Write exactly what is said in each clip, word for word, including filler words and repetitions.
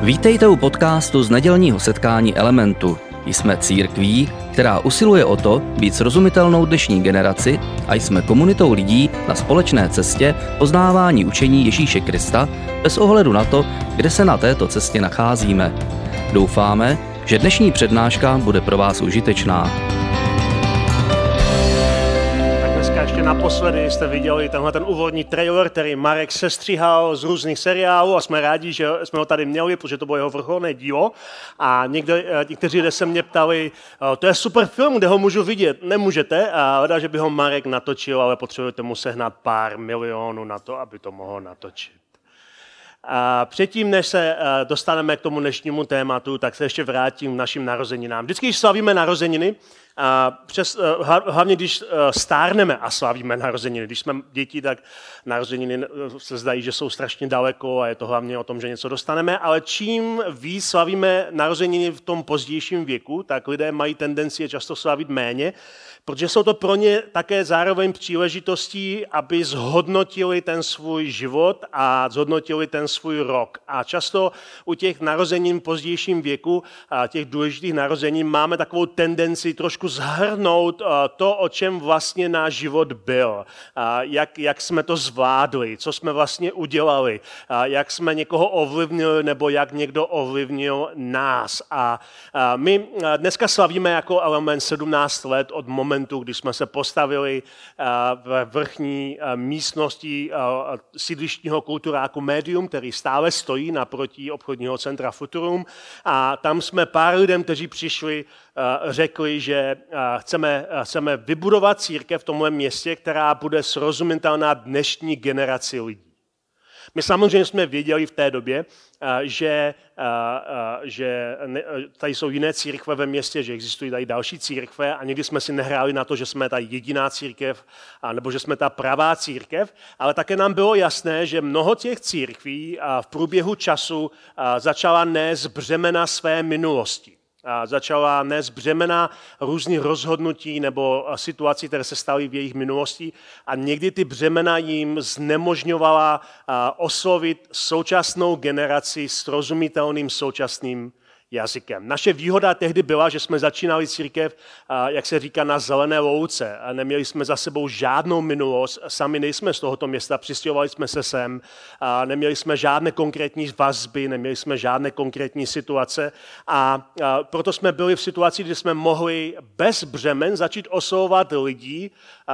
Vítejte u podcastu z nedělního setkání Elementu. Jsme církví, která usiluje o to být srozumitelnou dnešní generaci a jsme komunitou lidí na společné cestě poznávání učení Ježíše Krista bez ohledu na to, kde se na této cestě nacházíme. Doufáme, že dnešní přednáška bude pro vás užitečná. Ještě naposledy jste viděli tenhle ten úvodní trailer, který Marek sestříhal z různých seriálů a jsme rádi, že jsme ho tady měli, protože to bylo jeho vrcholné dílo. A někdo, někteří lidé se mě ptali, to je super film, kde ho můžu vidět. Nemůžete, a hledá, že by ho Marek natočil, ale potřebujete mu sehnat pár milionů na to, aby to mohl natočit. A předtím, než se dostaneme k tomu dnešnímu tématu, tak se ještě vrátím k našim narozeninám. Vždycky, když slavíme narozeniny, a přes, hlavně když stárneme a slavíme narozeniny. Když jsme děti, tak narozeniny se zdají, že jsou strašně daleko a je to hlavně o tom, že něco dostaneme, ale čím víc slavíme narozeniny v tom pozdějším věku, tak lidé mají tendenci je často slavit méně, protože jsou to pro ně také zároveň příležitostí, aby zhodnotili ten svůj život a zhodnotili ten svůj rok. A často u těch narozenin v pozdějším věku, a těch důležitých narozenin, máme takovou tendenci trošku zhrnout to, o čem vlastně náš život byl, jak, jak jsme to zvládli, co jsme vlastně udělali, jak jsme někoho ovlivnili nebo jak někdo ovlivnil nás. A my dneska slavíme jako Element sedmnáct let od momentu, kdy jsme se postavili v vrchní místnosti sídlištního kulturáku Medium, který stále stojí naproti obchodního centra Futurum. A tam jsme pár lidem, kteří přišli, řekli, že chceme, chceme vybudovat církev v tomhle městě, která bude srozumitelná dnešní generaci lidí. My samozřejmě jsme věděli v té době, že, že tady jsou jiné církve ve městě, že existují tady další církve a nikdy jsme si nehráli na to, že jsme ta jediná církev nebo že jsme ta pravá církev, ale také nám bylo jasné, že mnoho těch církví v průběhu času začala nést břemena své minulosti. A začala nést břemena různých rozhodnutí nebo situací, které se staly v jejich minulosti a někdy ty břemena jim znemožňovala oslovit současnou generaci srozumitelným současným jazykem. Naše výhoda tehdy byla, že jsme začínali církev, jak se říká, na zelené louce. Neměli jsme za sebou žádnou minulost, sami nejsme z tohoto města, přistěhovali jsme se sem, neměli jsme žádné konkrétní vazby, neměli jsme žádné konkrétní situace a proto jsme byli v situaci, kdy jsme mohli bez břemen začít oslovovat lidí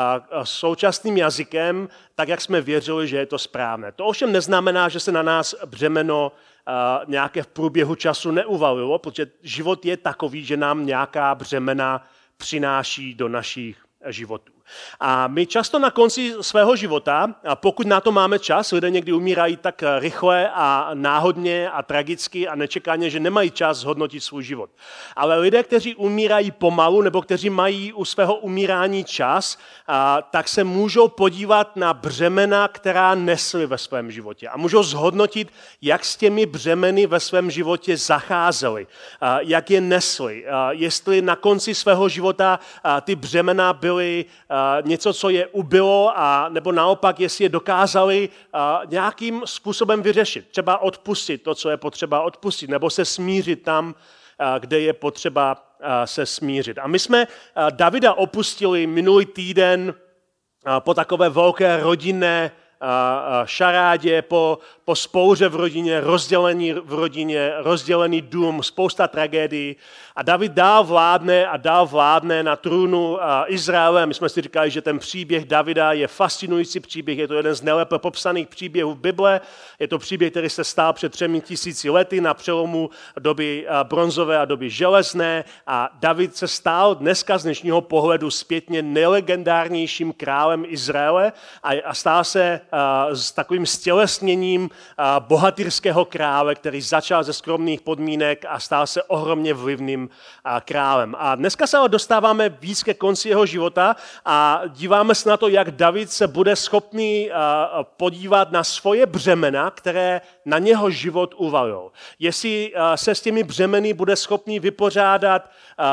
současným jazykem, tak jak jsme věřili, že je to správné. To ovšem neznamená, že se na nás břemeno nějaké v průběhu času neuvalilo, protože život je takový, že nám nějaká břemena přináší do našich životů. A my často na konci svého života, a pokud na to máme čas, lidé někdy umírají tak rychle a náhodně a tragicky a nečekaně, že nemají čas zhodnotit svůj život. Ale lidé, kteří umírají pomalu nebo kteří mají u svého umírání čas, a, tak se můžou podívat na břemena, která nesli ve svém životě. A můžou zhodnotit, jak s těmi břemeny ve svém životě zacházeli, a, jak je nesli. A, jestli na konci svého života a, ty břemena byly a, něco, co je ubylo, a nebo naopak, jestli je dokázali a, nějakým způsobem vyřešit. Třeba odpustit to, co je potřeba odpustit, nebo se smířit tam, a, kde je potřeba a, se smířit. A my jsme a, Davida opustili minulý týden a, po takové velké rodinné a, a, šarádě, po, po spouře v rodině, rozdělení v rodině, rozdělený dům, spousta tragédií. A David dál vládne a dál vládne na trůnu Izraele. My jsme si říkali, že ten příběh Davida je fascinující příběh, je to jeden z nejlépe popsaných příběhů v Bible. Je to příběh, který se stál před třemi tisíci lety na přelomu doby bronzové a doby železné. A David se stal dneska z dnešního pohledu zpětně nejlegendárnějším králem Izraele a stal se s takovým stělesněním bohatyrského krále, který začal ze skromných podmínek a stal se ohromně vlivným králem. A dneska se ale dostáváme víc ke konci jeho života a díváme se na to, jak David se bude schopný podívat na svoje břemena, které na něho život uvalil. Jestli se s těmi břemeny bude schopný vypořádat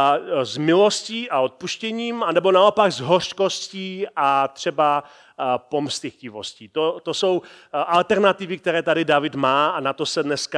s milostí a odpuštěním, anebo naopak s hořkostí a třeba pomstychtivostí. To, to jsou alternativy, které tady David má a na to se dneska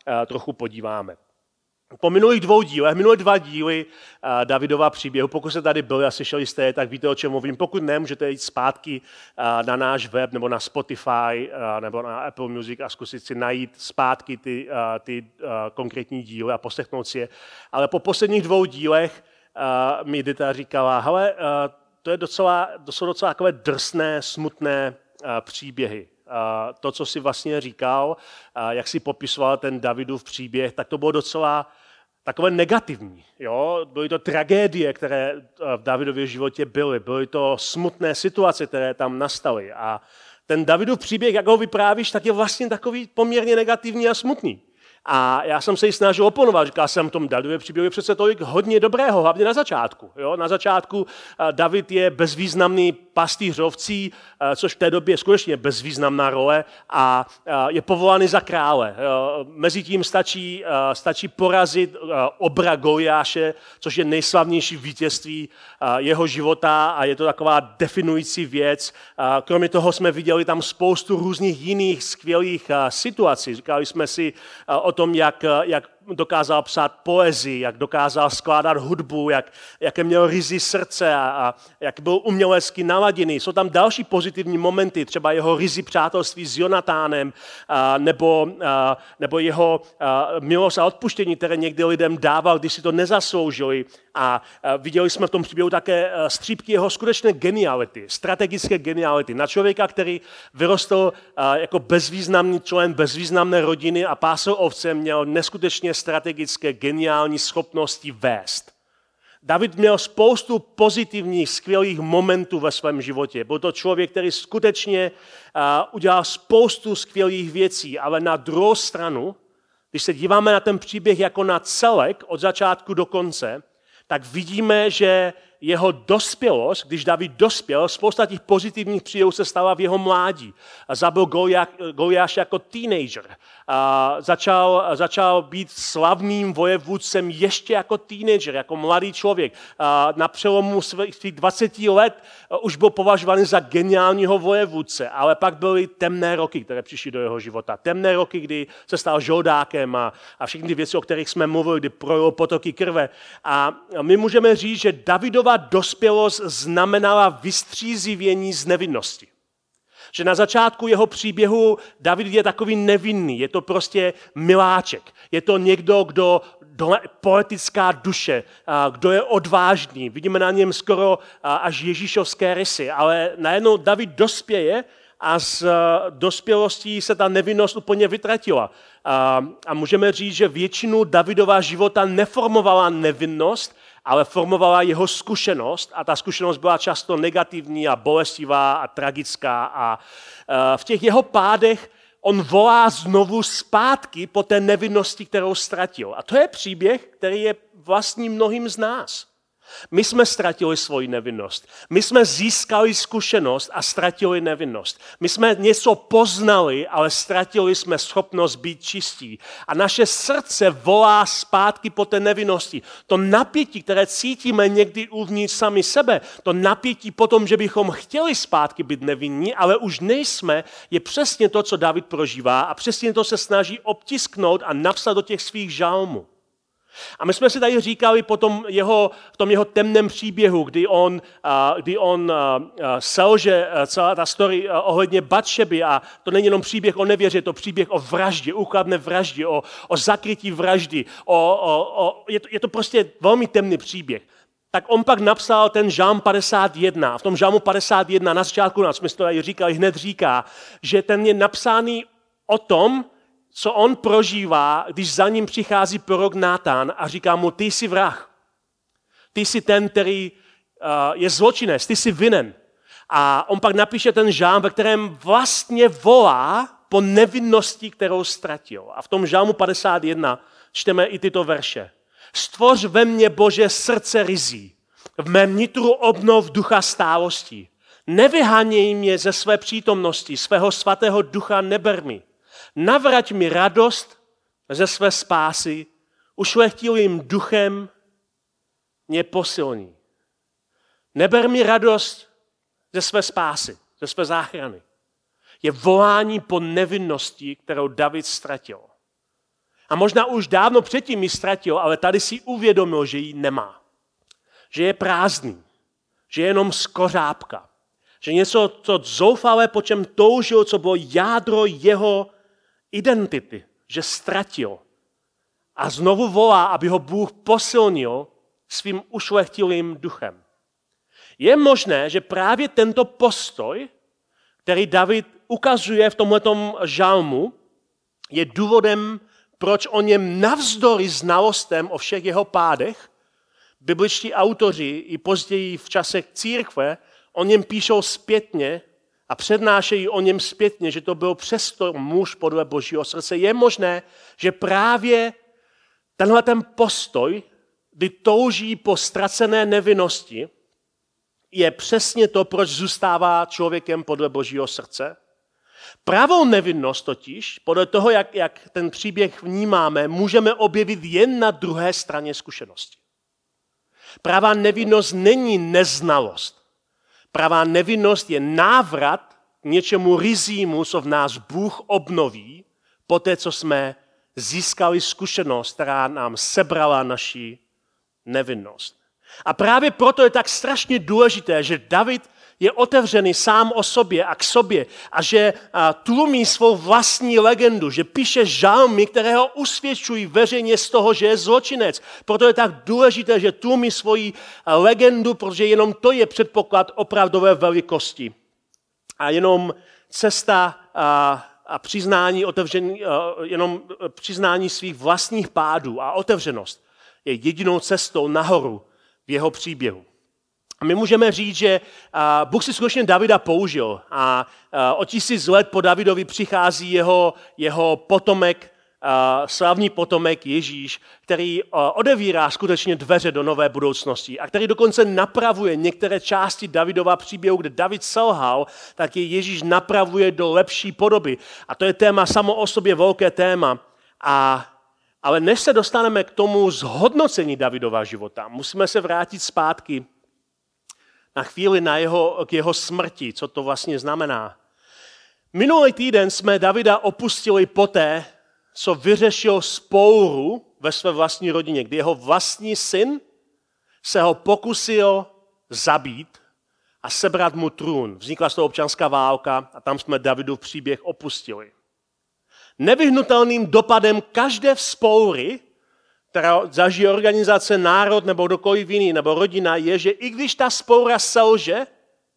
trochu podíváme. Po minulých dvou dílech, minulé dva díly uh, Davidova příběhu, pokud jste tady byli a slyšeli jste je, tak víte, o čem mluvím. Pokud ne, můžete jít zpátky uh, na náš web nebo na Spotify uh, nebo na Apple Music a zkusit si najít zpátky ty, uh, ty uh, konkrétní díly a poslechnout si je. Ale po posledních dvou dílech uh, mi Dita říkala, hele, uh, to je docela, to jsou docela takové drsné, smutné uh, příběhy. Uh, to, co si vlastně říkal, uh, jak si popisoval ten Davidův příběh, tak to bylo docela takové negativní. Jo? Byly to tragédie, které v Davidově životě byly. Byly to smutné situace, které tam nastaly. A ten Davidův příběh, jak ho vyprávíš, tak je vlastně takový poměrně negativní a smutný. A já jsem se jí snažil oponovat, říkal jsem, v tom Davidově příběhu je přece tolik hodně dobrého, hlavně na začátku. Jo? Na začátku David je bezvýznamný pastýř ovcí, což v té době je skutečně bezvýznamná role a je povolaný za krále. Mezitím stačí, stačí porazit obra Goliáše, což je nejslavnější vítězství jeho života a je to taková definující věc. Kromě toho jsme viděli tam spoustu různých jiných skvělých situací. Říkali jsme si o tom, jak, jak dokázal psát poezii, jak dokázal skládat hudbu, jak, jaké měl ryzí srdce a, a jak byl umělecky naladěný. Jsou tam další pozitivní momenty, třeba jeho ryzí přátelství s Jonatánem, a, nebo, a, nebo jeho a, milost a odpuštění, které někdy lidem dával, když si to nezasloužili. A, a viděli jsme v tom příběhu také střípky jeho skutečné geniality, strategické geniality. Na člověka, který vyrostl a, jako bezvýznamný člen bezvýznamné rodiny a pásl ovce, měl neskutečně strategické, geniální schopnosti vést. David měl spoustu pozitivních, skvělých momentů ve svém životě. Byl to člověk, který skutečně uh, udělal spoustu skvělých věcí, ale na druhou stranu, když se díváme na ten příběh jako na celek od začátku do konce, tak vidíme, že jeho dospělost, když David dospěl, spousta těch pozitivních příběhů se stala v jeho mládí. Zabil Goliáš jako teenager. A začal, začal být slavným vojevůdcem ještě jako teenager, jako mladý člověk. A na přelomu svých dvaceti let už byl považovaný za geniálního vojevůdce, ale pak byly temné roky, které přišly do jeho života. Temné roky, kdy se stal žoldákem a, a všechny ty věci, o kterých jsme mluvili, kdy projel potoky krve. A my můžeme říct, že Davidova dospělost znamenala vystřízivění z nevinnosti. Že na začátku jeho příběhu David je takový nevinný, je to prostě miláček. Je to někdo, kdo poetická duše, kdo je odvážný. Vidíme na něm skoro až ježíšovské rysy, ale najednou David dospěje a z dospělostí se ta nevinnost úplně vytratila. A, a můžeme říct, že většinu Davidova života neformovala nevinnost, ale formovala jeho zkušenost a ta zkušenost byla často negativní a bolestivá a tragická a v těch jeho pádech on volá znovu zpátky po té nevinnosti, kterou ztratil. A to je příběh, který je vlastní mnohým z nás. My jsme ztratili svoji nevinnost. My jsme získali zkušenost a ztratili nevinnost. My jsme něco poznali, ale ztratili jsme schopnost být čistí. A naše srdce volá zpátky po té nevinnosti. To napětí, které cítíme někdy uvnitř sami sebe, to napětí po tom, že bychom chtěli zpátky být nevinní, ale už nejsme, je přesně to, co David prožívá a přesně to se snaží obtisknout a napsat do těch svých žalmů. A my jsme si tady říkali po tom jeho, v tom jeho temném příběhu, kdy on, kdy on selže celá ta story ohledně Batšeby a to není jenom příběh o nevěře, je to příběh o vraždě, úkladné vraždě, o, o zakrytí vraždy. O, o, o, je, to, je to prostě velmi temný příběh. Tak on pak napsal ten žálm padesát jedna. A v tom žálmu padesát jedna na začátku nás, jsme si to tady říkali, hned říká, že ten je napsaný o tom, co on prožívá, když za ním přichází prorok Nátan a říká mu, ty jsi vrah. Ty jsi ten, který uh, je zločinec, ty jsi vinen. A on pak napíše ten žálm, ve kterém vlastně volá po nevinnosti, kterou ztratil. A v tom žálmu padesát jedna čteme i tyto verše. Stvoř ve mně, Bože, srdce ryzí. V mém nitru obnov ducha stálosti. Nevyháněj mě ze své přítomnosti, svého svatého ducha neber mi. Navrať mi radost ze své spásy, ušlechtilým duchem mě posilní. Neber mi radost ze své spásy, ze své záchrany. Je volání po nevinnosti, kterou David ztratil. A možná už dávno předtím ji ztratil, ale tady si uvědomil, že ji nemá. Že je prázdný, že je jenom skořápka. Že něco, co zoufalé, po čem toužil, co bylo jádro jeho identity, že ztratil. A znovu volá, aby ho Bůh posilnil svým ušlechtilým duchem. Je možné, že právě tento postoj, který David ukazuje v tomhletom žalmu, je důvodem, proč o něm navzdory znalostem o všech jeho pádech, bibličtí autoři i později v čase církve o něm píšou zpětně a přednášejí o něm zpětně, že to byl přesto muž podle Božího srdce. Je možné, že právě tenhle ten postoj, kdy touží po ztracené nevinnosti, je přesně to, proč zůstává člověkem podle Božího srdce. Pravou nevinnost totiž, podle toho, jak, jak ten příběh vnímáme, můžeme objevit jen na druhé straně zkušenosti. Pravá nevinnost není neznalost. Pravá nevinnost je návrat k něčemu rizímu, co v nás Bůh obnoví, po té, co jsme získali zkušenost, která nám sebrala naši nevinnost. A právě proto je tak strašně důležité, že David je otevřený sám o sobě a k sobě a že tlumí svou vlastní legendu, že píše žalmy, které ho usvědčují veřejně z toho, že je zločinec. Proto je tak důležité, že tlumí svoji legendu, protože jenom to je předpoklad opravdové velikosti. A jenom cesta a, a přiznání, otevření, jenom přiznání svých vlastních pádů a otevřenost je jedinou cestou nahoru v jeho příběhu. A my můžeme říct, že Bůh si skutečně Davida použil a o tisíc let po Davidovi přichází jeho, jeho potomek, slavný potomek Ježíš, který odevírá skutečně dveře do nové budoucnosti a který dokonce napravuje některé části Davidova příběhu, kde David selhal, tak je Ježíš napravuje do lepší podoby. A to je téma samo o sobě velké téma. A ale než se dostaneme k tomu zhodnocení Davidova života, musíme se vrátit zpátky na chvíli na jeho, k jeho smrti, co to vlastně znamená. Minulý týden jsme Davida opustili poté, co vyřešil spouru ve své vlastní rodině, kdy jeho vlastní syn se ho pokusil zabít a sebrat mu trůn. Vznikla z toho občanská válka a tam jsme Davidův příběh opustili. Nevyhnutelným dopadem každé vzpoury, která zažije organizace, národ nebo kdokoliv jiný, nebo rodina, je, že i když ta vzpoura selže,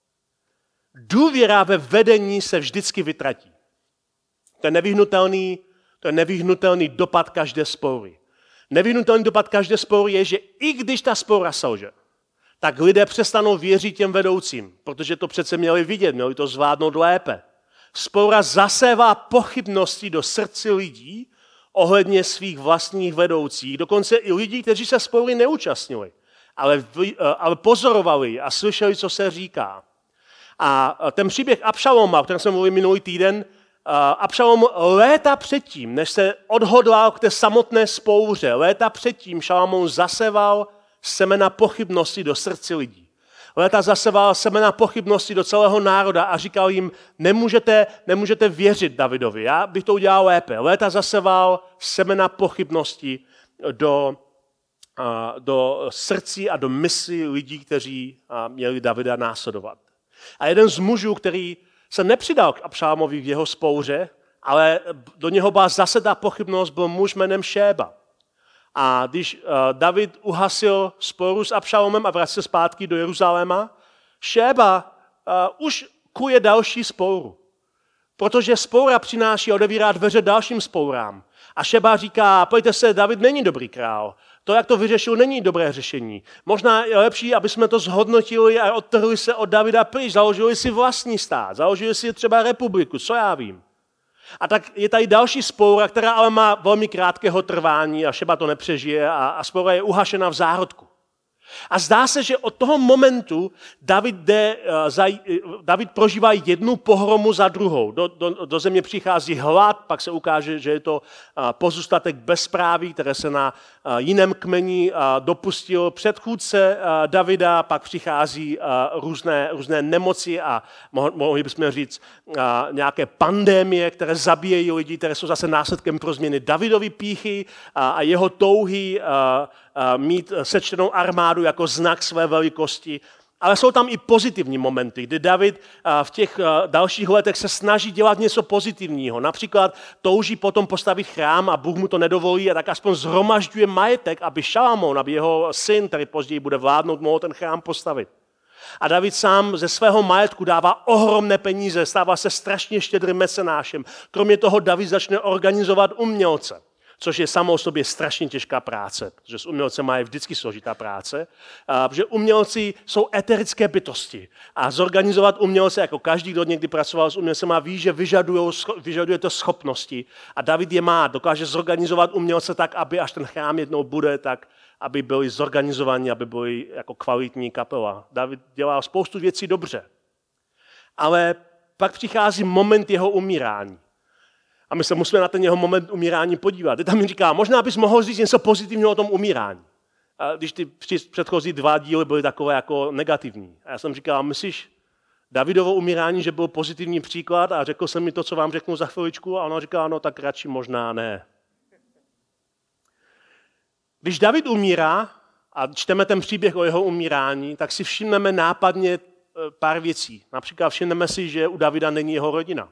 důvěra ve vedení se vždycky vytratí. To je nevyhnutelný, to je nevyhnutelný dopad každé vzpoury. Nevyhnutelný dopad každé vzpoury je, že i když ta vzpoura selže, tak lidé přestanou věřit těm vedoucím, protože to přece měli vidět, měli to zvládnout lépe. Vzpoura zasévá pochybnosti do srdci lidí ohledně svých vlastních vedoucích, dokonce i lidí, kteří se vzpoury neúčastnili, ale, ale pozorovali a slyšeli, co se říká. A ten příběh Abšaloma, o kterém jsem mluvil minulý týden, Abšalom léta předtím, než se odhodlal k té samotné vzpouře, léta předtím Šalamoun zaseval semena pochybnosti do srdci lidí. Léta zaseval semena pochybnosti do celého národa a říkal jim, nemůžete, nemůžete věřit Davidovi, já bych to udělal lépe. Léta zaseval semena pochybnosti do, do srdcí a do myslí lidí, kteří měli Davida následovat. A jeden z mužů, který se nepřidal k Abšalomovi v jeho vzpouře, ale do něho byla zase ta pochybnost, byl muž jménem Šéba. A když uh, David uhasil sporu s Abšalomem a vrátil se zpátky do Jeruzaléma, Šéba uh, už kuje další spouru. Protože spoura přináší a odevírá dveře dalším spourám. A Šéba říká, pojďte se, David není dobrý král. To, jak to vyřešil, není dobré řešení. Možná je lepší, aby jsme to zhodnotili a odtrhli se od Davida pryč. Založili si vlastní stát, založili si třeba republiku, co já vím. A tak je tady další spoura, která ale má velmi krátkého trvání a Šeba to nepřežije a, a spoura je uhašena v zárodku. A zdá se, že od toho momentu David, jde, David prožívá jednu pohromu za druhou. Do, do, do země přichází hlad, pak se ukáže, že je to pozůstatek bezpráví, které se na jiném kmeni dopustil předchůdce Davida, pak přichází různé, různé nemoci a mohli bychom říct nějaké pandémie, které zabíjejí lidi, které jsou zase následkem pro změny Davidovy pýchy a jeho touhy mít sečtenou armádu jako znak své velikosti. Ale jsou tam i pozitivní momenty, kdy David v těch dalších letech se snaží dělat něco pozitivního. Například touží potom postavit chrám a Bůh mu to nedovolí a tak aspoň zhromažďuje majetek, aby Šalamón, aby jeho syn, který později bude vládnout, mohl ten chrám postavit. A David sám ze svého majetku dává ohromné peníze, stává se strašně štědrým mecenášem. Kromě toho David začne organizovat umělce, což je samo o sobě strašně těžká práce, protože s umělcem je vždycky složitá práce, protože umělci jsou eterické bytosti a zorganizovat umělce, jako každý, kdo někdy pracoval s umělcem, ví, že vyžaduje to schopnosti a David je má, dokáže zorganizovat umělce tak, aby až ten chrám jednou bude, tak aby byli zorganizovaní, aby byli jako kvalitní kapela. David dělal spoustu věcí dobře, ale pak přichází moment jeho umírání. A my se musíme na ten jeho moment umírání podívat. Teď tam mi říká, možná bys mohl říct něco pozitivního o tom umírání. A když ty předchozí dva díly byly takové jako negativní. A já jsem říkal, myslíš Davidovo umírání, že byl pozitivní příklad a řekl jsem mi to, co vám řeknu za chviličku a ona říká, no tak radši možná ne. Když David umírá a čteme ten příběh o jeho umírání, tak si všimneme nápadně pár věcí. Například všimneme si, že u Davida není jeho rodina.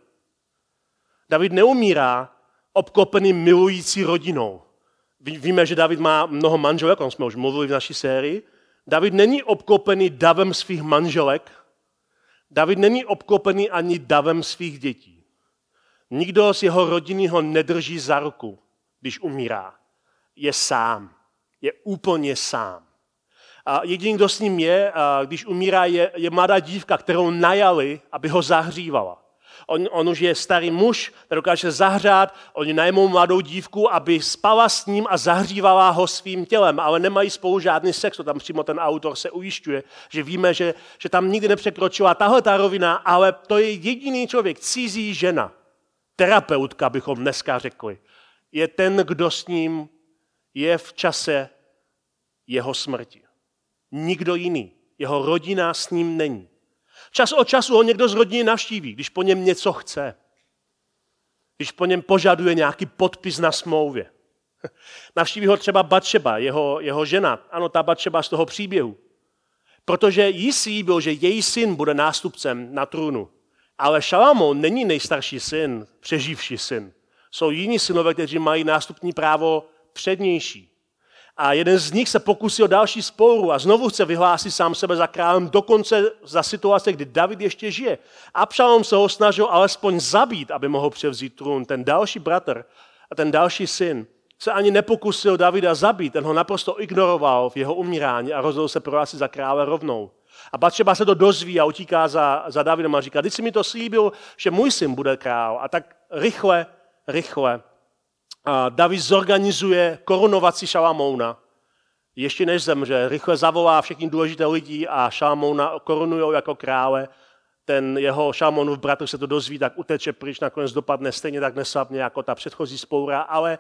David neumírá obklopený milující rodinou. Víme, že David má mnoho manželek, o tom jsme už mluvili v naší sérii. David není obklopený davem svých manželek. David není obklopený ani davem svých dětí. Nikdo z jeho rodiny ho nedrží za ruku, když umírá. Je sám. Je úplně sám. A jediný, kdo s ním je, když umírá, je, je mladá dívka, kterou najali, aby ho zahřívala. On, on už je starý muž, který dokáže zahřát, oni najmou mladou dívku, aby spala s ním a zahřívala ho svým tělem, ale nemají spolu žádný sex, to tam přímo ten autor se ujišťuje, že víme, že, že tam nikdy nepřekročila tahle ta rovina, ale to je jediný člověk, cizí žena, terapeutka bychom dneska řekli, je ten, kdo s ním je v čase jeho smrti. Nikdo jiný, jeho rodina s ním není. Čas od času ho někdo z rodiny navštíví, když po něm něco chce. Když po něm požaduje nějaký podpis na smlouvě. Navštíví ho třeba Batšeba, jeho, jeho žena. Ano, ta Batšeba z toho příběhu. Protože jí slíbil, že její syn bude nástupcem na trůnu. Ale Šalamón není nejstarší syn, přeživší syn. Jsou jiní synové, kteří mají nástupní právo přednější. A jeden z nich se pokusí o další sporu a znovu chce vyhlásit sám sebe za králem, dokonce za situace, kdy David ještě žije. Abšalom se ho snažil alespoň zabít, aby mohl převzít trůn. Ten další bratr a ten další syn se ani nepokusil Davida zabít, ten ho naprosto ignoroval v jeho umírání a rozhodl se prohlásit za krále rovnou. A Batšeba se to dozví a utíká za, za Davidem a říká, když jsi mi to slíbil, že můj syn bude král. A tak rychle, rychle a David zorganizuje korunovaci Šalamouna. Ještě než zemře, rychle zavolá všechny důležité lidi a Šalamouna korunujou jako krále. Ten jeho Šalamounův bratr se to dozví, tak uteče pryč, nakonec dopadne stejně tak neslavně jako ta předchozí spoura, ale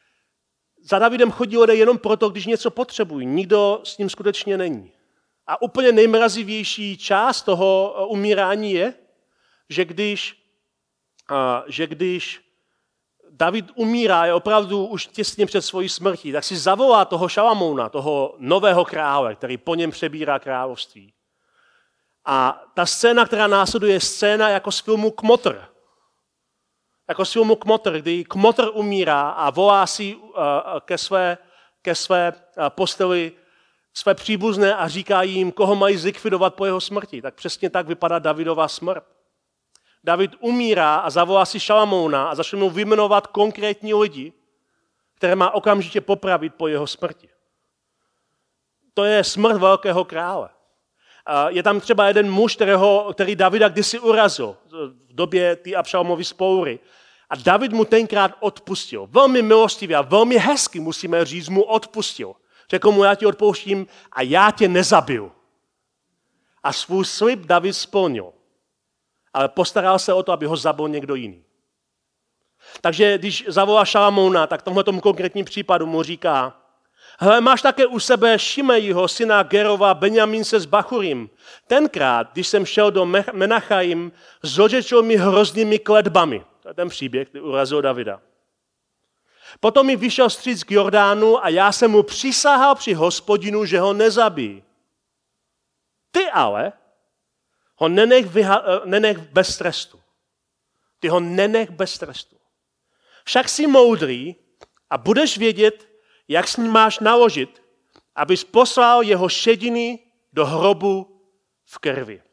za Davidem chodí lidé jenom proto, když něco potřebují. Nikdo s ním skutečně není. A úplně nejmrazivější část toho umírání je, že když, že když David umírá, je opravdu už těsně před svojí smrtí, tak si zavolá toho Šalamouna, toho nového krále, který po něm přebírá království. A ta scéna, která následuje, je scéna jako z filmu Kmotr. Jako z filmu Kmotr, kdy Kmotr umírá a volá si ke své, ke své posteli své příbuzné a říká jim, koho mají zlikvidovat po jeho smrti. Tak přesně tak vypadá Davidova smrt. David umírá a zavolá si Šalamouna a začne mu vyjmenovat konkrétní lidi, které má okamžitě popravit po jeho smrti. To je smrt velkého krále. Je tam třeba jeden muž, kterého, který Davida kdysi urazil v době té Abšalomovy spoury. A David mu tenkrát odpustil. Velmi milostivě a velmi hezky, musíme říct, mu odpustil. Řekl mu, já ti odpouštím a já tě nezabiju. A svůj slib David splnil. Ale postaral se o to, aby ho zabil někdo jiný. Takže když zavolá Šalamouna, tak v tomhle konkrétním případu mu říká, hele, máš také u sebe Šimejího, syna Gerova, Benjamínce s Bachurim. Tenkrát, když jsem šel do Menachaim, zložečil mi hroznými kletbami. To je ten příběh, který urazil Davida. Potom mi vyšel vstříc k Jordánu a já jsem mu přísahal při Hospodinu, že ho nezabijí. Ty ale ho nenech, vyha- nenech bez trestu. Ty ho nenech bez trestu. Však jsi moudrý a budeš vědět, jak s ním máš naložit, abys poslal jeho šediny do hrobu v krvi.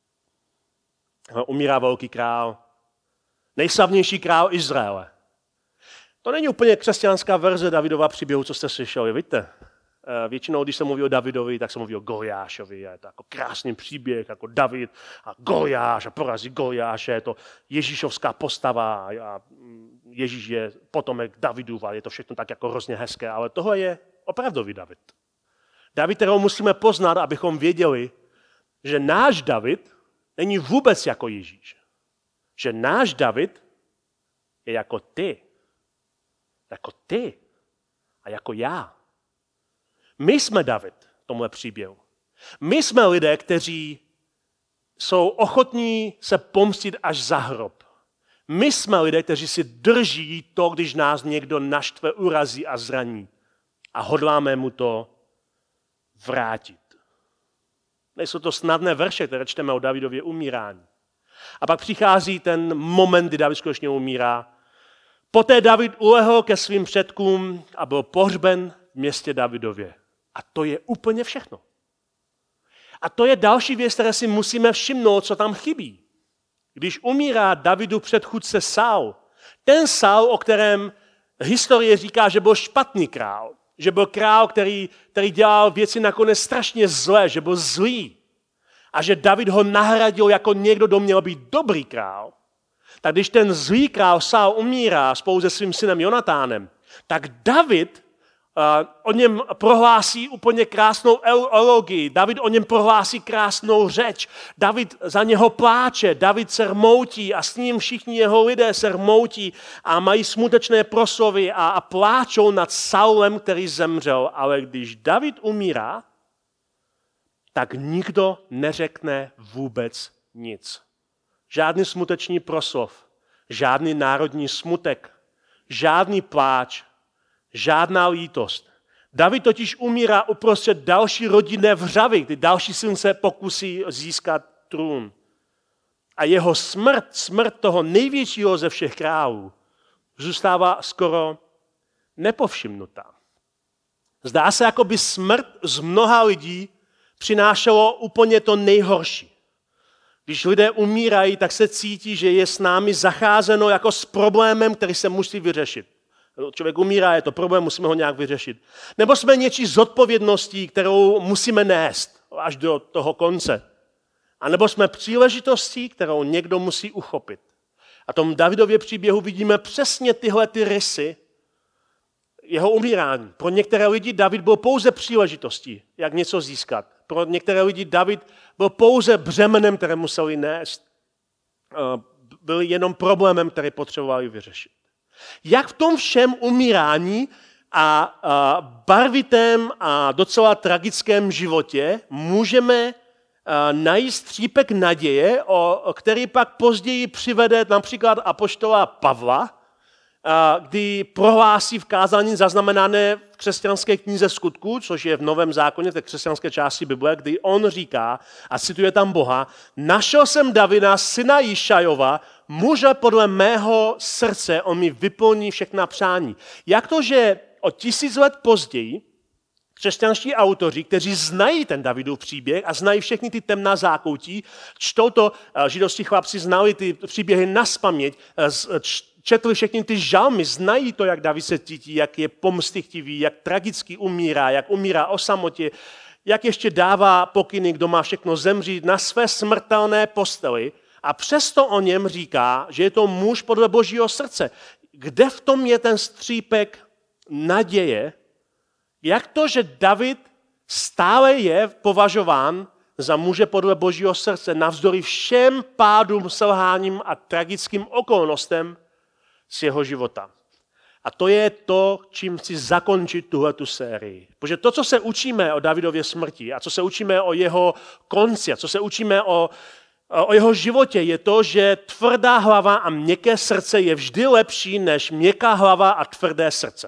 Umírá velký král, nejslavnější král Izraele. To není úplně křesťanská verze Davidova příběhu, co jste slyšeli, víte? Většinou, když se mluví o Davidovi, tak se mluví o Goliášovi. Je to jako krásný příběh, jako David a Goliáš a porazí Goliáše. Je to ježíšovská postava a Ježíš je potomek Davidův a je to všechno tak jako hrozně hezké. Ale tohle je opravdový David. David, kterého musíme poznat, abychom věděli, že náš David není vůbec jako Ježíš. Že náš David je jako ty. Jako ty a jako já. My jsme David v tomhle příběhu. My jsme lidé, kteří jsou ochotní se pomstit až za hrob. My jsme lidé, kteří si drží to, když nás někdo naštve, urazí a zraní. A hodláme mu to vrátit. Nejsou to snadné verše, které čteme o Davidově umírání. A pak přichází ten moment, kdy David skutečně umírá. Poté David ulehl ke svým předkům a byl pohřben v městě Davidově. A to je úplně všechno. A to je další věc, které si musíme všimnout, co tam chybí. Když umírá Davidův předchůdce Saul, ten Saul, o kterém historie říká, že byl špatný král, že byl král, který, který dělal věci nakonec strašně zlé, že byl zlý a že David ho nahradil jako někdo, kdo měl být dobrý král, tak když ten zlý král Saul umírá spolu se svým synem Jonatánem, tak David uh, o něm prohlásí úplně krásnou elogii, David o něm prohlásí krásnou řeč, David za něho pláče, David se rmoutí a s ním všichni jeho lidé se rmoutí a mají smutečné proslovy a, a pláčou nad Saulem, který zemřel. Ale když David umírá, tak nikdo neřekne vůbec nic. Žádný smuteční proslov, žádný národní smutek, žádný pláč, žádná lítost. David totiž umírá uprostřed další rodinné vřavy, kdy další syn se pokusí získat trůn. A jeho smrt, smrt toho největšího ze všech králů, zůstává skoro nepovšimnutá. Zdá se, jako by smrt z mnoha lidí přinášelo úplně to nejhorší. Když lidé umírají, tak se cítí, že je s námi zacházeno jako s problémem, který se musí vyřešit. Člověk umírá, je to problém, musíme ho nějak vyřešit. Nebo jsme něčí zodpovědností, kterou musíme nést až do toho konce. A nebo jsme příležitostí, kterou někdo musí uchopit. A v tom Davidově příběhu vidíme přesně tyhle ty rysy jeho umírání. Pro některé lidi David byl pouze příležitostí, jak něco získat. Pro některé lidi David byl pouze břemenem, které museli nést. Byl jenom problémem, který potřebovali vyřešit. Jak v tom všem umírání a, a barvitém a docela tragickém životě můžeme a, najít střípek naděje, o, o který pak později přivede například apoštola Pavla, a, kdy prohlásí v kázání zaznamenané v křesťanské knize Skutků, což je v Novém zákoně, té křesťanské části Bible, kdy on říká, a cituje tam Boha, našel jsem Davida, syna Jišajova, muže podle mého srdce, on mi vyplní všechna přání. Jak to, že o tisíc let později křesťanští autoři, kteří znají ten Davidův příběh a znají všechny ty temná zákoutí, čtou to, židovští chlapci znali ty příběhy nazpaměť, četli všechny ty žalmy, znají to, jak David se cítí, jak je pomstychtivý, jak tragicky umírá, jak umírá o samotě, jak ještě dává pokyny, kdo má všechno zemřít na své smrtelné posteli, a přesto o něm říká, že je to muž podle Božího srdce. Kde v tom je ten střípek naděje, Jak to, že David stále je považován za muže podle Božího srdce, navzdory všem pádům, selháním a tragickým okolnostem z jeho života. A to je to, čím chci zakončit tuhletu sérii. Protože to, co se učíme o Davidově smrti a co se učíme o jeho konci a co se učíme o, o jeho životě, je to, že tvrdá hlava a měkké srdce je vždy lepší než měkká hlava a tvrdé srdce.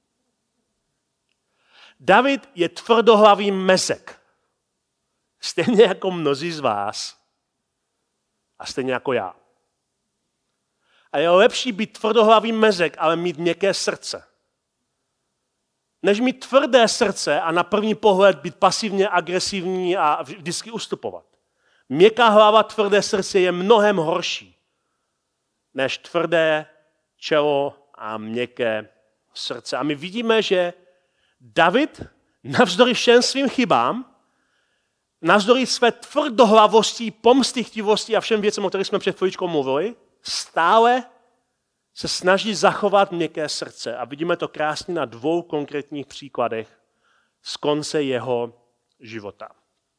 David je tvrdohlavý mezek. Stejně jako mnozí z vás. A stejně jako já. A je lepší být tvrdohlavý mezek, ale mít měkké srdce. Než mít tvrdé srdce a na první pohled být pasivně agresivní a vždycky ustupovat. Měkká hlava, tvrdé srdce je mnohem horší než tvrdé čelo a měkké srdce. A my vidíme, že David navzdory všem svým chybám, navzdory své tvrdohlavosti, pomstychtivosti a všem věcem, o kterých jsme před chvíličkou mluvili, stále se snaží zachovat měkké srdce. A vidíme to krásně na dvou konkrétních příkladech z konce jeho života.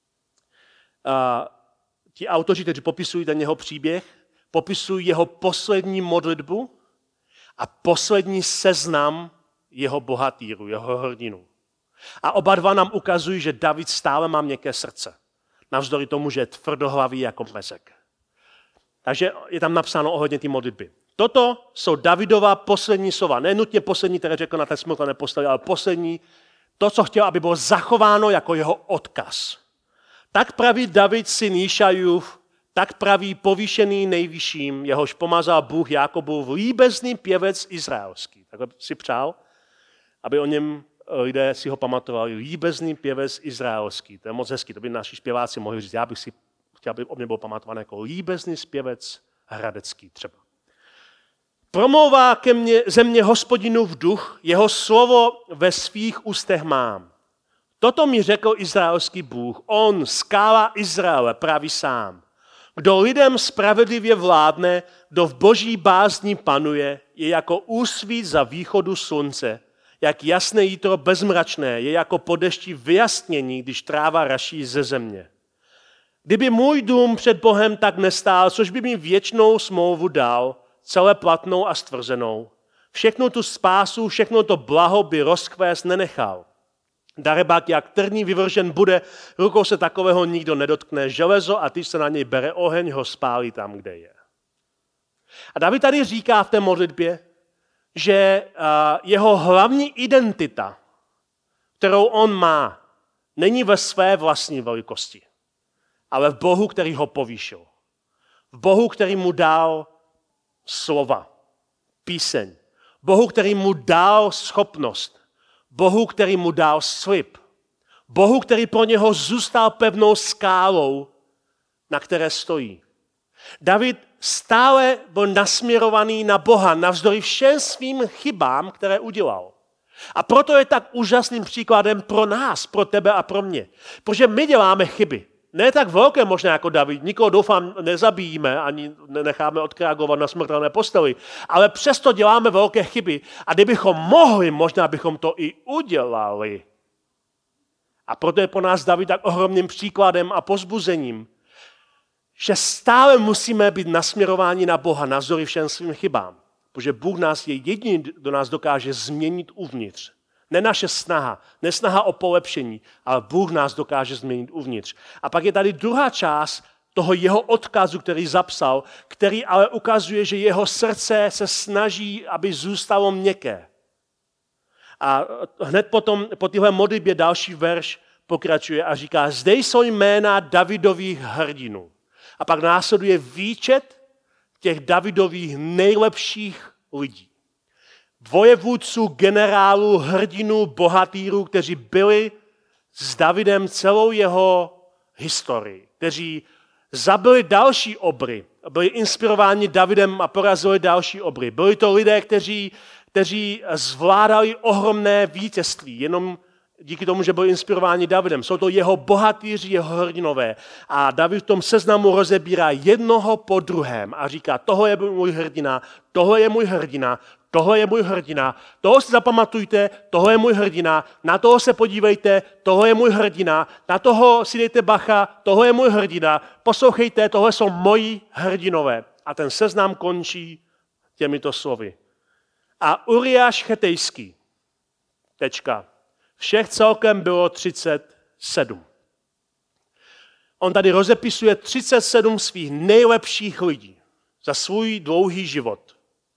A ti autoři, kteří popisují ten jeho příběh, popisují jeho poslední modlitbu a poslední seznam jeho bohatýrů, jeho hrdinů. A oba dva nám ukazují, že David stále má měkké srdce. Navzdory tomu, že je tvrdohlavý jako mezek. Takže je tam napsáno ohledně té modlitby. Toto jsou Davidova poslední slova. Ne nutně poslední, které řekl na té smrtelné posteli, ale poslední, to, co chtěl, aby bylo zachováno jako jeho odkaz. Tak praví David, syn Jišajův, tak praví povýšený nejvyšším, jehož pomazal Bůh Jákobův, líbezný pěvec izraelský. Takhle si přál, aby o něm lidé si ho pamatovali. Líbezný pěvec izraelský. To je moc hezký, to by naši zpěváci mohli říct. Já bych si chtěl, aby o mě byl pamatován jako líbezný zpěvec hradecký třeba. Promlouvá ke mně země Hospodinův duch, jeho slovo ve svých ústech mám. Toto mi řekl izraelský Bůh, on, skála Izraele, praví sám. Kdo lidem spravedlivě vládne, kdo v boží bázni panuje, je jako úsvít za východu slunce, jak jasné jítro bezmračné, je jako po dešti vyjasnění, když tráva raší ze země. Kdyby můj dům před Bohem tak nestál, což by mi věčnou smlouvu dal, celé platnou a stvrzenou, všechno tu spásu, všechno to blaho by rozkvést nenechal. Darebák jak trní vyvržen bude, rukou se takového nikdo nedotkne, železo a když se na něj bere oheň, ho spálí tam, kde je. A David tady říká v té modlitbě, že jeho hlavní identita, kterou on má, není ve své vlastní velikosti, ale v Bohu, který ho povýšil. V Bohu, který mu dal slova, píseň. Bohu, který mu dal schopnost. Bohu, který mu dal slib. Bohu, který pro něho zůstal pevnou skálou, na které stojí. David stále byl nasměrovaný na Boha, navzdory všem svým chybám, které udělal. A proto je tak úžasným příkladem pro nás, pro tebe a pro mě. Protože my děláme chyby. Ne tak velké možná jako David, nikoho doufám nezabijíme, ani necháme odreagovat na smrtelné posteli, ale přesto děláme velké chyby a kdybychom mohli, možná bychom to i udělali. A proto je pro nás David tak ohromným příkladem a povzbuzením, že stále musíme být nasměrováni na Boha navzdory všem svým chybám, protože Bůh nás je jediný, kdo nás dokáže změnit uvnitř. Ne naše snaha, ne snaha o polepšení, ale Bůh nás dokáže změnit uvnitř. A pak je tady druhá část toho jeho odkazu, který zapsal, který ale ukazuje, že jeho srdce se snaží, aby zůstalo měkké. A hned potom, po téhle modlitbě další verš pokračuje a říká, zde jsou jména Davidových hrdinů. A pak následuje výčet těch Davidových nejlepších lidí. Vojevůdců, generálů, hrdinů, bohatýrů, kteří byli s Davidem celou jeho historii, kteří zabili další obry, byli inspirováni Davidem a porazili další obry. Byli to lidé, kteří, kteří zvládali ohromné vítězství, jenom díky tomu, že byli inspirováni Davidem. Jsou to jeho bohatýři, jeho hrdinové. A David v tom seznamu rozebírá jednoho po druhém a říká, tohle je můj hrdina, tohle je můj hrdina, tohle je můj hrdina, toho si zapamatujte, tohle je můj hrdina, na toho se podívejte, tohle je můj hrdina, na toho si dejte bacha, tohle je můj hrdina, poslouchejte, tohle jsou moji hrdinové. A ten seznam končí těmito slovy. A Uriáš Chetejský, tečka, všech celkem bylo třicet sedm. On tady rozepisuje třicet sedm svých nejlepších lidí za svůj dlouhý život.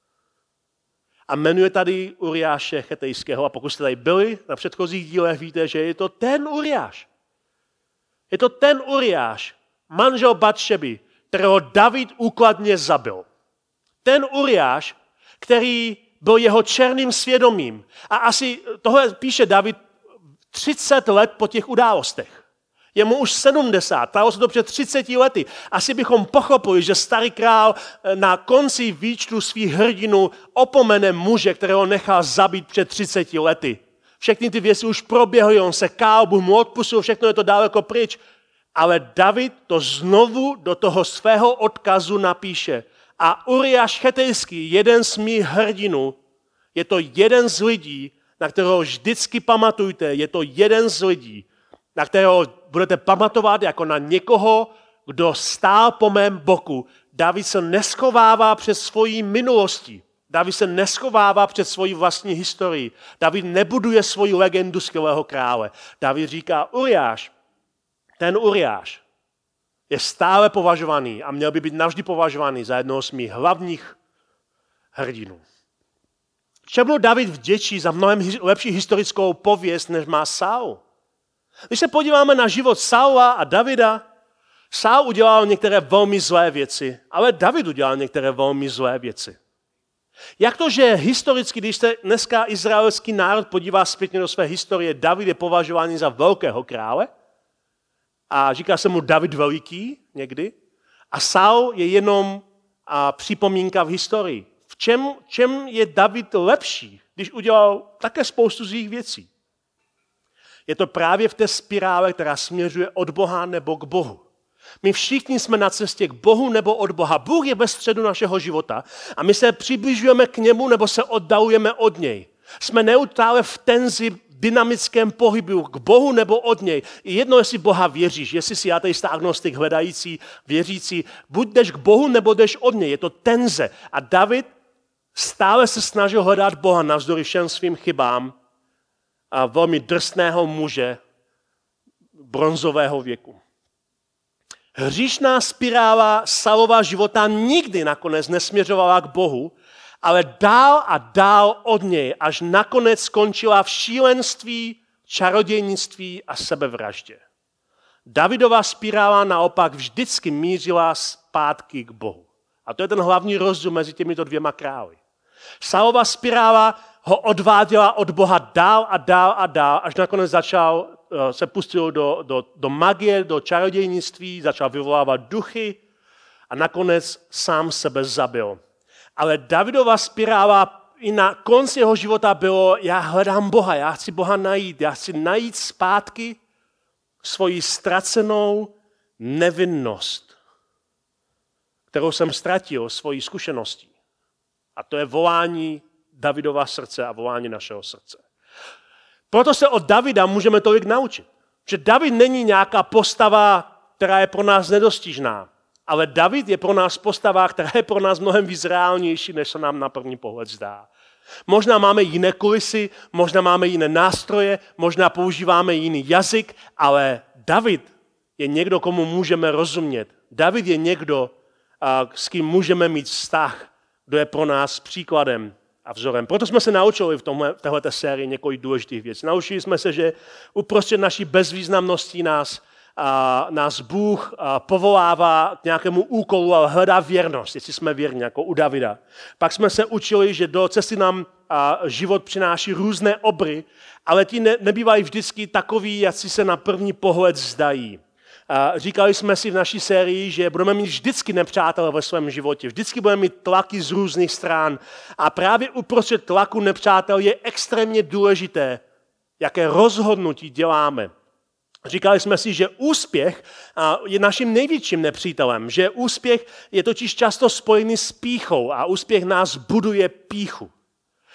A jmenuje tady Uriáše Chetejského. A pokud jste tady byli na předchozích dílech, víte, že je to ten Uriáš. Je to ten Uriáš, manžel Batšeby, kterého David úkladně zabil. Ten Uriáš, který byl jeho černým svědomím. A asi tohle píše David třicet let po těch událostech. Je mu už sedmdesát, stalo se to před třiceti lety. Asi bychom pochopili, že starý král na konci výčtu svých hrdinů opomene muže, kterého nechal zabít před třiceti lety. Všechny ty věci už proběhly, on se kál, Bůh mu odpustil, všechno je to daleko pryč. Ale David to znovu do toho svého odkazu napíše. A Uriáš Chetejský, jeden z mých hrdinů, je to jeden z lidí, na kterého vždycky pamatujte, je to jeden z lidí, na kterého budete pamatovat jako na někoho, kdo stál po mém boku. David se neschovává před svojí minulostí. David se neschovává před svojí vlastní historií. David nebuduje svoji legendu skvělého krále. David říká, Uriáš, ten Uriáš je stále považovaný a měl by být navždy považovaný za jednoho z mých hlavních hrdinů. Čemu David vděčí za mnohem lepší historickou pověst, než má Saul? Když se podíváme na život Saula a Davida, Saul udělal některé velmi zlé věci, ale David udělal některé velmi zlé věci. Jak to, že historicky, když se dneska izraelský národ podívá zpětně do své historie, David je považovaný za velkého krále a říká se mu David veliký někdy a Saul je jenom a, připomínka v historii. V čem, čem je David lepší, když udělal také spoustu zlých věcí? Je to právě v té spirále, která směřuje od Boha nebo k Bohu. My všichni jsme na cestě k Bohu nebo od Boha. Bůh je ve středu našeho života a my se přibližujeme k němu nebo se oddalujeme od něj. Jsme neustále v tenzi, dynamickém pohybu k Bohu nebo od něj. Jedno, jestli Boha věříš, jestli jsi ateista, agnostik, hledající, věřící, buď jdeš k Bohu nebo jdeš od něj. Je to tenze. A David stále se snažil hledat Boha navzdory všem svým chybám a velmi drsného muže bronzového věku. Hříšná spirála Saulova života nikdy nakonec nesměřovala k Bohu, ale dál a dál od něj, až nakonec skončila v šílenství, čarodějnictví a sebevraždě. Davidova spirála naopak vždycky mířila zpátky k Bohu. A to je ten hlavní rozdíl mezi těmito dvěma králi. Saulova spirála ho odváděla od Boha dál a dál a dál, až nakonec začal, se pustil do, do, do magie, do čarodějnictví, začal vyvolávat duchy a nakonec sám sebe zabil. Ale Davidova spirála i na konci jeho života bylo, já hledám Boha, já chci Boha najít, já chci najít zpátky svoji ztracenou nevinnost, kterou jsem ztratil svojí zkušeností. A to je volání Davidova srdce a volání našeho srdce. Proto se od Davida můžeme tolik naučit. Že David není nějaká postava, která je pro nás nedostižná, ale David je pro nás postava, která je pro nás mnohem vyzreálnější, než se nám na první pohled zdá. Možná máme jiné kulisy, možná máme jiné nástroje, možná používáme jiný jazyk, ale David je někdo, komu můžeme rozumět. David je někdo, s kým můžeme mít vztah, kdo je pro nás příkladem a vzorem. Proto jsme se naučili v, tomhle, v této sérii několik důležitých věcí. Naučili jsme se, že uprostřed naší bezvýznamnosti nás, a, nás Bůh a, povolává k nějakému úkolu, ale hledá věrnost, jestli jsme věrní, jako u Davida. Pak jsme se učili, že do cesty nám a, život přináší různé obry, ale ti ne, nebývají vždycky takový, jak si se na první pohled zdají. A říkali jsme si v naší sérii, že budeme mít vždycky nepřátelé ve svém životě. Vždycky budeme mít tlaky z různých stran. A právě uprostřed tlaku nepřátel je extrémně důležité, jaké rozhodnutí děláme. Říkali jsme si, že úspěch je naším největším nepřítelem, že úspěch je totiž často spojený s pýchou a úspěch nás buduje pýchu.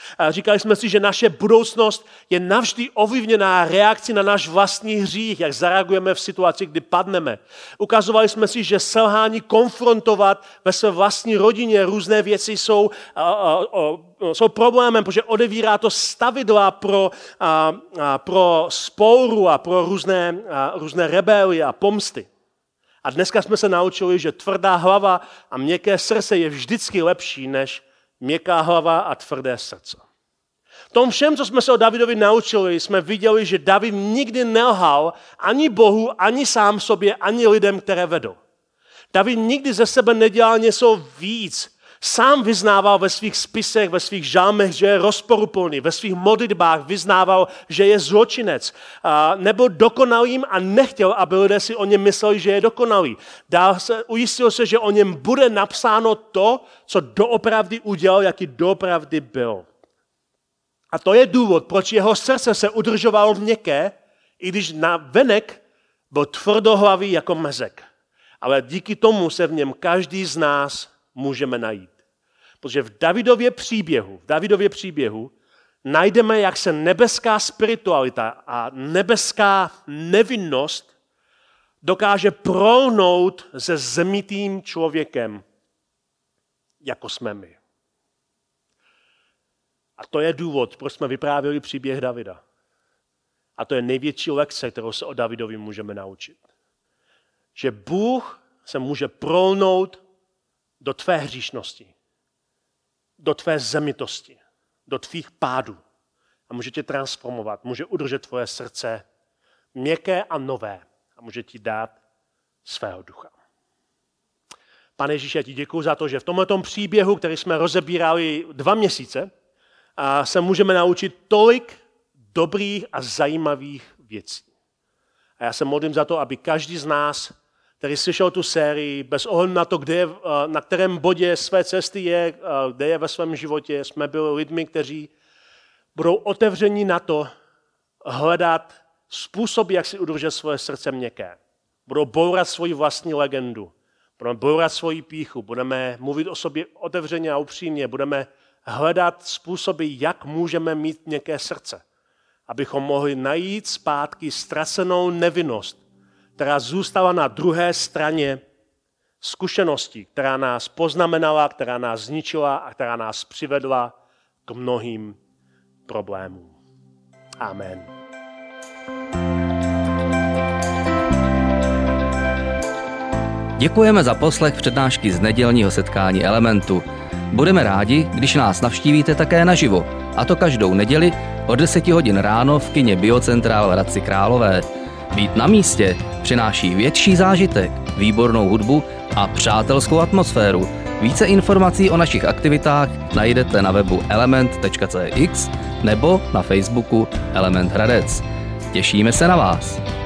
A říkali jsme si, že naše budoucnost je navždy ovlivněná reakcí na náš vlastní hřích, jak zareagujeme v situaci, kdy padneme. Ukazovali jsme si, že selhání konfrontovat ve své vlastní rodině různé věci jsou, a, a, a, jsou problémem, protože odevírá to stavidla pro, a, a, pro spouru a pro různé, a, různé rebelie a pomsty. A dneska jsme se naučili, že tvrdá hlava a měkké srdce je vždycky lepší než měkká hlava a tvrdé srdce. V tom všem, co jsme se o Davidovi naučili, jsme viděli, že David nikdy nelhal ani Bohu, ani sám sobě, ani lidem, které vedou. David nikdy ze sebe nedělal něco víc. Sám vyznával ve svých spisech, ve svých žalmech, že je rozporuplný. Ve svých modlitbách vyznával, že je zločinec. Nebyl dokonalým a nechtěl, aby lidé si o něm mysleli, že je dokonalý. Dál se, ujistil se, že o něm bude napsáno to, co doopravdy udělal, jaký doopravdy byl. A to je důvod, proč jeho srdce se udržovalo měkké, i když na venek byl tvrdohlavý jako mezek. Ale díky tomu se v něm každý z nás můžeme najít. Protože v Davidově příběhu, v Davidově příběhu najdeme, jak se nebeská spiritualita a nebeská nevinnost dokáže prolnout se zemitým člověkem, jako jsme my. A to je důvod, proč jsme vyprávěli příběh Davida. A to je největší lekce, kterou se o Davidovi můžeme naučit. Že Bůh se může prolnout do tvé hříšnosti, do tvé zemitosti, do tvých pádů. A může tě transformovat, může udržet tvoje srdce měkké a nové a může ti dát svého ducha. Pane Ježíši, já ti děkuji za to, že v tomto příběhu, který jsme rozebírali dva měsíce, a se můžeme naučit tolik dobrých a zajímavých věcí. A já se modlím za to, aby každý z nás, který slyšel tu sérii, bez ohledu na to, kde je, na kterém bodě své cesty je, kde je ve svém životě, jsme byli lidmi, kteří budou otevření na to hledat způsoby, jak si udržet svoje srdce měkké. Budou bourat svoji vlastní legendu, budeme bourat svoji pýchu, budeme mluvit o sobě otevřeně a upřímně, budeme hledat způsoby, jak můžeme mít měkké srdce, abychom mohli najít zpátky ztracenou nevinnost, která zůstala na druhé straně zkušenosti, která nás poznamenala, která nás zničila a která nás přivedla k mnohým problémům. Amen. Děkujeme za poslech přednášky z nedělního setkání Elementu. Budeme rádi, když nás navštívíte také naživo, a to každou neděli od deset hodin ráno v kině Biocentrál v Hradci Králové. Být na místě přináší větší zážitek, výbornou hudbu a přátelskou atmosféru. Více informací o našich aktivitách najdete na webu element tečka cé x nebo na Facebooku Element Hradec. Těšíme se na vás.